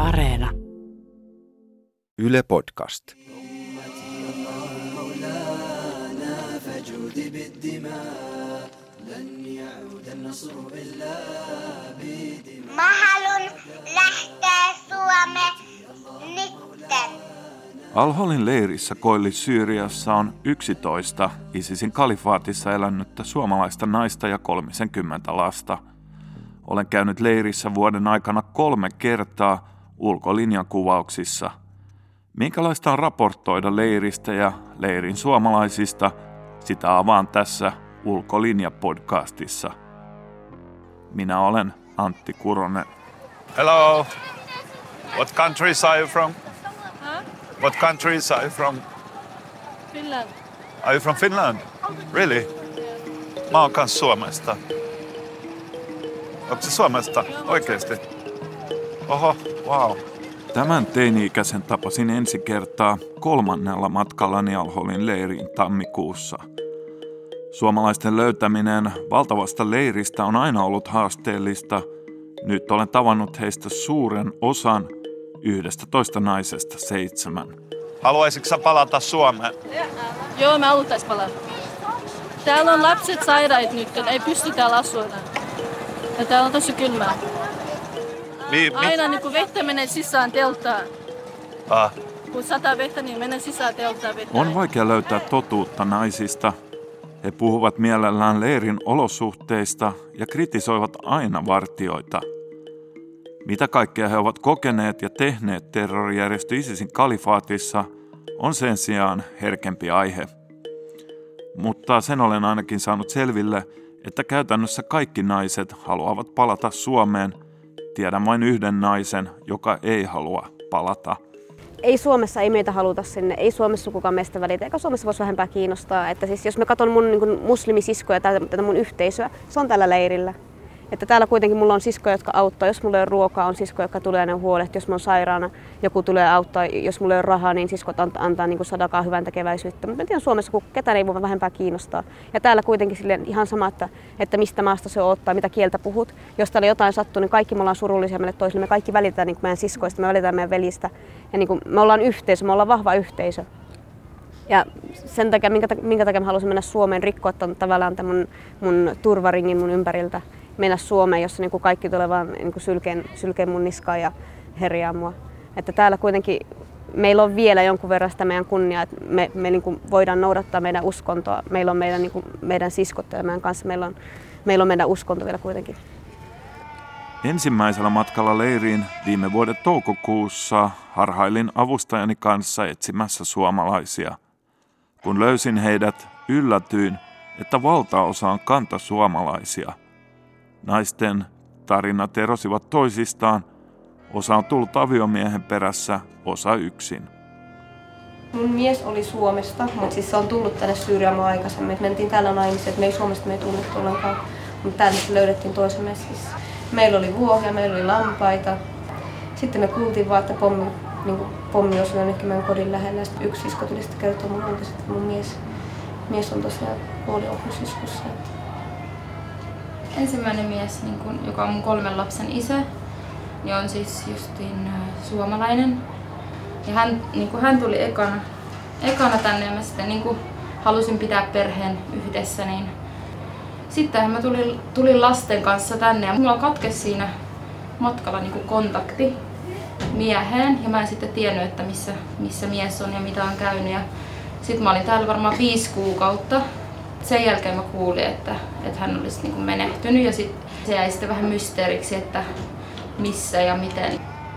Areena. Yle Podcast. Mä haluan lähteä Suomeen nytten. Al-Holin leirissä Koillis-Syyriassa on 11 ISISin kalifaatissa elänyttä suomalaista naista ja 30 lasta. Olen käynyt leirissä vuoden aikana 3 kertaa ulkolinjan kuvauksissa. Minkälaista on raportoida leiristä ja leirin suomalaisista, sitä avaan tässä Ulkolinja-podcastissa. Minä olen Antti Kuronen. Hello. What countries are you from? What countries are you from? Finland. Are you from Finland? Really? Mä oon kans Suomesta. Onko se Suomesta? Oikeesti? Oho, wow. Tämän teini-ikäisen tapasin ensi kertaa 3. matkallani Al-Holin leiriin tammikuussa. Suomalaisten löytäminen valtavasta leiristä on aina ollut haasteellista. Nyt olen tavannut heistä suuren osan 11 naisesta 7. Haluaisitko sä palata Suomeen? Joo, mä halutais palata. Täällä on lapset sairaat nyt, ei pysty täällä asumaan. Ja täällä on tosi kylmää. Aina niin kun vettä menee sisään telttaan. Kun sataa vettä, niin menee sisään telttaan vettä. On vaikea löytää totuutta naisista. He puhuvat mielellään leirin olosuhteista ja kritisoivat aina vartijoita. Mitä kaikkea he ovat kokeneet ja tehneet terrorijärjestö ISISin kalifaatissa on sen sijaan herkempi aihe. Mutta sen olen ainakin saanut selville, että käytännössä kaikki naiset haluavat palata Suomeen. Tiedän vain yhden naisen, joka ei halua palata. Ei Suomessa ei meitä haluta sinne, ei Suomessa kukaan meistä välitä, eikä Suomessa voisi vähempää kiinnostaa. Että siis jos mä katson mun niin muslimisiskoja ja tätä mun yhteisöä, se on tällä leirillä. Että täällä kuitenkin mulla on siskoja, jotka auttaa. Jos mulla ei ole ruokaa, on siskoja, jotka tulee ne huolehtia. Jos mä oon sairaana, joku tulee auttaa. Jos mulla ei ole rahaa, niin siskot antaa niin sadakaa hyvän tekeväisyyttä. Mutta mä tiedän Suomessa, kun ketään ei voi vähempää kiinnostaa. Ja täällä kuitenkin silleen ihan sama, että mistä maasta se ottaa, mitä kieltä puhut. Jos täällä jotain sattuu, niin kaikki me ollaan surullisia meille toisille. Me kaikki välitetään niin meidän siskoista, me välitetään meidän veljistä. Ja niin me ollaan yhteisö, me ollaan vahva yhteisö. Ja sen takia, minkä takia mä halusin mennä Suomeen, rikkoa tavallaan tämän mun turvaringin mun ympäriltä. Mennä Suomeen, jossa niin kuin kaikki tulee vaan niin kuin sylkeen mun niskaa ja herjaa mua. Että täällä kuitenkin meillä on vielä jonkun verran sitä meidän kunniaa, että me niin kuin voidaan noudattaa meidän uskontoa. Meillä on meidän, niin kuin meidän siskot ja meidän kanssa meillä on meidän uskonto vielä kuitenkin. Ensimmäisellä matkalla leiriin viime vuoden toukokuussa harhailin avustajani kanssa etsimässä suomalaisia. Kun löysin heidät, yllätyin, että valtaosa on kantasuomalaisia. Naisten tarinat erosivat toisistaan. Osa on tullut aviomiehen perässä, osa yksin. Mun mies oli Suomesta, mutta siis se on tullut tänne Syyriaan aikaisemmin. Mentiin täällä naimisiin, että me ei Suomesta me ei tunnettu ollenkaan, mutta täällä löydettiin toisemme. Siis meillä oli vuohia, meillä oli lampaita. Sitten me kuultiin vaan, että pommi osui jonnekin meidän kodin lähellä. Ja sitten yksi sisko tuli sitten kertoa mun uutiset, että mun mies on tosiaan kuoliohjusiskussa. Ensimmäinen mies, joka on mun 3 lapsen isä, niin on siis justiin suomalainen. Ja hän tuli ekana tänne ja mä sitten halusin pitää perheen yhdessä. Niin sittenhän mä tulin lasten kanssa tänne ja mulla katkesi siinä matkalla kontakti mieheen. Ja mä en sitten tiennyt, että missä mies on ja mitä on käynyt. Ja sitten mä olin täällä varmaan 5 kuukautta. Sen jälkeen mä kuulin, että hän olisi menehtynyt ja sit se jäi sitten vähän mysteeriksi, että missä ja miten.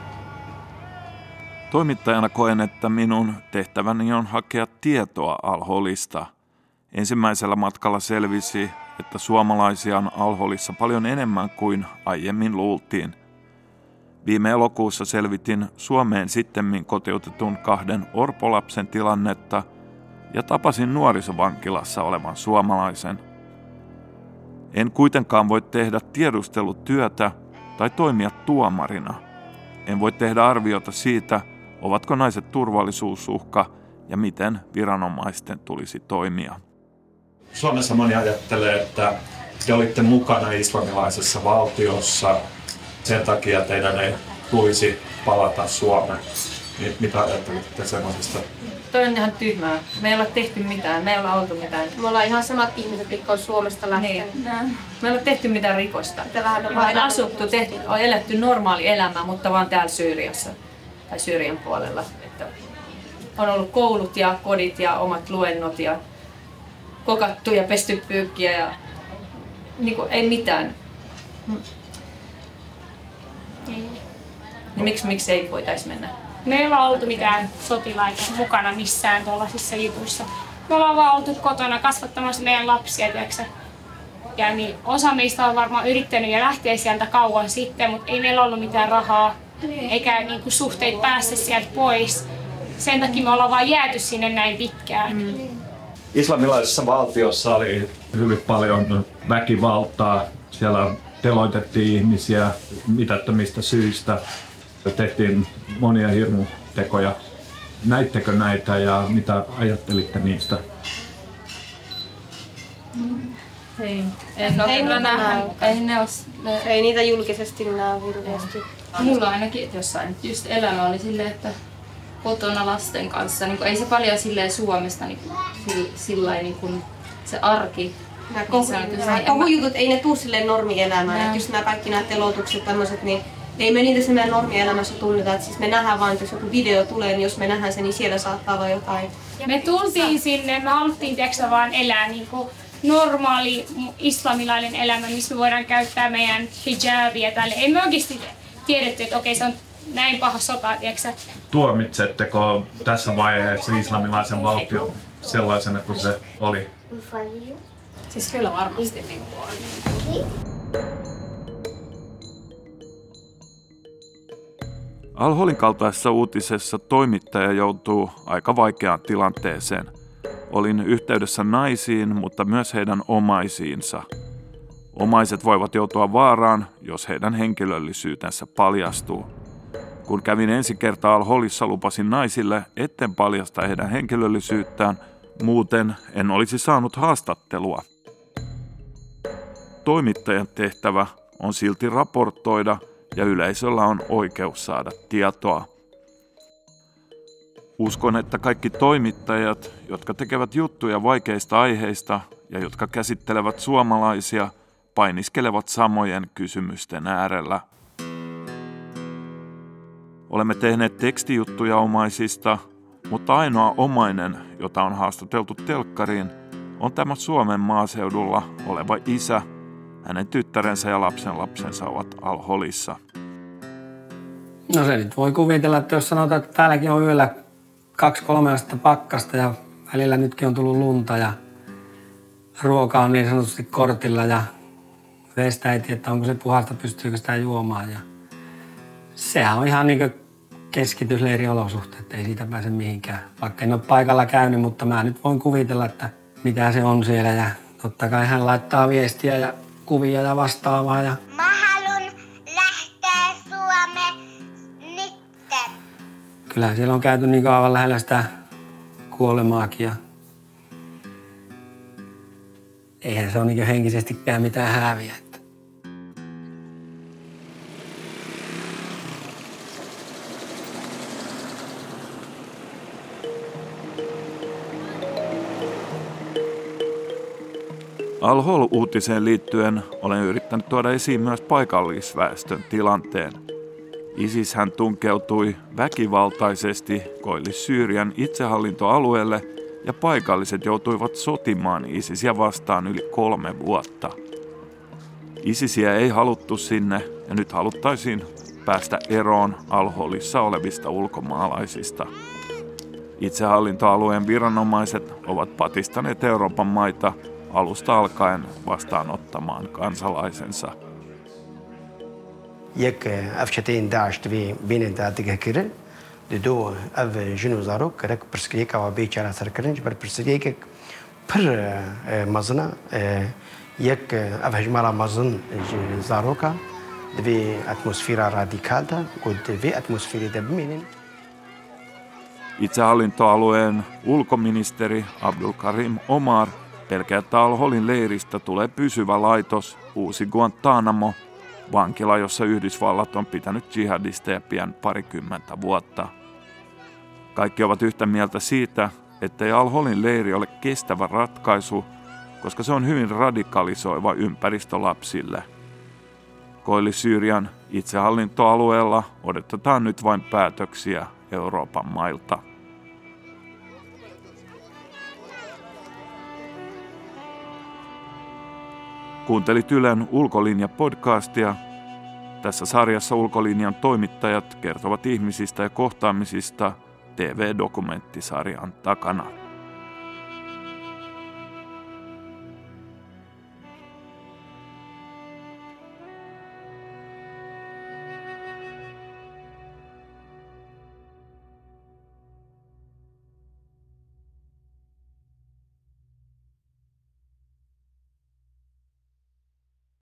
Toimittajana koen, että minun tehtäväni on hakea tietoa Al-Holista. Ensimmäisellä matkalla selvisi, että suomalaisia on Al-Holissa paljon enemmän kuin aiemmin luultiin. Viime elokuussa selvitin Suomeen sittemmin kotiutetun 2 orpolapsen tilannetta ja tapasin nuorisovankilassa olevan suomalaisen. En kuitenkaan voi tehdä tiedustelutyötä tai toimia tuomarina. En voi tehdä arviota siitä, ovatko naiset turvallisuusuhka ja miten viranomaisten tulisi toimia. Suomessa moni ajattelee, että te olitte mukana islamilaisessa valtiossa. Sen takia teidän ei tulisi palata Suomeen. Mitä ajattelitte semmoisesta? Toi on ihan tyhmää. Me ei olla tehty mitään, me ei olla oltu mitään. Me ollaan ihan samat ihmiset, jotka on Suomesta lähtenyt. Niin. Me ei olla tehty mitään rikosta. Me on asuttu, on eletty normaali elämä, mutta vaan täällä Syyriassa tai Syyrian puolella. Että on ollut koulut ja kodit ja omat luennot ja kokattu ja pesty pyykkiä ja niin kuin, ei mitään. Niin miksi ei voitaisi mennä? Me ei olla oltu mitään sotilaita mukana missään tuollaisissa jutuissa. Me ollaan vaan oltu kotona kasvattamassa meidän lapsia, tiiäksä. Ja niin osa meistä on varmaan yrittänyt ja lähteä sieltä kauan sitten, mutta ei meillä ollut mitään rahaa eikä niinku suhteita päästä sieltä pois. Sen takia me ollaan vaan jääty sinne näin pitkään. Islamilaisessa valtiossa oli hyvin paljon väkivaltaa. Siellä teloitettiin ihmisiä mitättömistä syistä. Tehtiin monia hirmutekoja. Näittekö näitä ja mitä ajattelitte niistä? Ei. Ei niitä julkisesti näy hirveästi. Mulla ainakin jossain just elämä oli silleen, että kotona lasten kanssa. Niin ei se paljon silleen Suomesta niin sillain niin se arki. Nämä kohujutut ei ne tuu silleen normielämään. Että just nämä kaikki nämä teloitukset tämmöiset, niin ei me niitä meidän normielämässä tunneta. Että siis me nähdään vaan, että jos joku video tulee, niin jos me nähdään se, niin siellä saattaa olla jotain. Me tultiin sinne, me haluttiin tiiäksä vaan elää niinku normaali islamilainen elämä, missä me voidaan käyttää meidän hijabia tälle. Ei me oikeasti tiedetty, että okei, se on näin paha sota, tiiäksä. Tuomitsetteko tässä vaiheessa islamilaisen valtion sellaisena kuin se oli? Siis kyllä varmasti niin on. Al-Holin kaltaisessa uutisessa toimittaja joutuu aika vaikeaan tilanteeseen. Olin yhteydessä naisiin, mutta myös heidän omaisiinsa. Omaiset voivat joutua vaaraan, jos heidän henkilöllisyytensä paljastuu. Kun kävin ensi kertaa Al-Holissa, lupasin naisille, etten paljasta heidän henkilöllisyyttään, muuten en olisi saanut haastattelua. Toimittajan tehtävä on silti raportoida ja yleisöllä on oikeus saada tietoa. Uskon, että kaikki toimittajat, jotka tekevät juttuja vaikeista aiheista ja jotka käsittelevät suomalaisia, painiskelevat samojen kysymysten äärellä. Olemme tehneet tekstijuttuja omaisista, mutta ainoa omainen, jota on haastateltu telkkariin, on tämä Suomen maaseudulla oleva isä. Hänen tyttärensä ja lapsenlapsensa ovat Al-Holissa. No se nyt voi kuvitella, että jos sanotaan, että täälläkin on yöllä 2-3 astetta pakkasta ja välillä nytkin on tullut lunta ja ruoka on niin sanotusti kortilla ja veestä ei tiedä, onko se puhasta, pystyykö sitä juomaan. Ja sehän on ihan niin kuin keskitysleiriolosuhteet, ei siitä pääse mihinkään. Vaikka en ole paikalla käynyt, mutta mä nyt voin kuvitella, että mitä se on siellä. Ja totta kai hän laittaa viestiä ja kuvia ja vastaavaa. Ja Mä haluan lähteä Suomeen nytten. kyllähän siellä on käyty niin aivan lähellä sitä kuolemaakin. Ja eihän se ole niin henkisestikään mitään häviä. Al-Hol-uutiseen liittyen olen yrittänyt tuoda esiin myös paikallisväestön tilanteen. ISIS-hän tunkeutui väkivaltaisesti Koillis-Syyrian itsehallintoalueelle ja paikalliset joutuivat sotimaan ISISiä vastaan yli 3 vuotta. ISISiä ei haluttu sinne ja nyt haluttaisiin päästä eroon Al-Holissa olevista ulkomaalaisista. Itsehallintoalueen viranomaiset ovat patistaneet Euroopan maita alusta alkaen vastaanottamaan kansalaisensa. یک افشتین داشت بین دادگه کردن دو اف جنو زارو کرک پرسکری که و بیچاره سر کردن بر پرسکری که پر مزنا یک اف هجمارا مزن زارو کا دوی اتمسفیرا رادیکال دا گود دوی اتمسفیری دبمینن. Itsehallintoalueen ulkoministeri Abdul Karim Omar pelkää, että Al-Holin leiristä tulee pysyvä laitos, uusi Guantánamo, vankila, jossa Yhdysvallat on pitänyt jihadisteja pian 20 vuotta. Kaikki ovat yhtä mieltä siitä, ettei Al-Holin leiri ole kestävä ratkaisu, koska se on hyvin radikalisoiva ympäristö lapsille. Koillis-Syyrian itsehallintoalueella odotetaan nyt vain päätöksiä Euroopan mailta. Kuuntelit Ylen Ulkolinja-podcastia. Tässä sarjassa Ulkolinjan toimittajat kertovat ihmisistä ja kohtaamisista TV-dokumenttisarjan takana.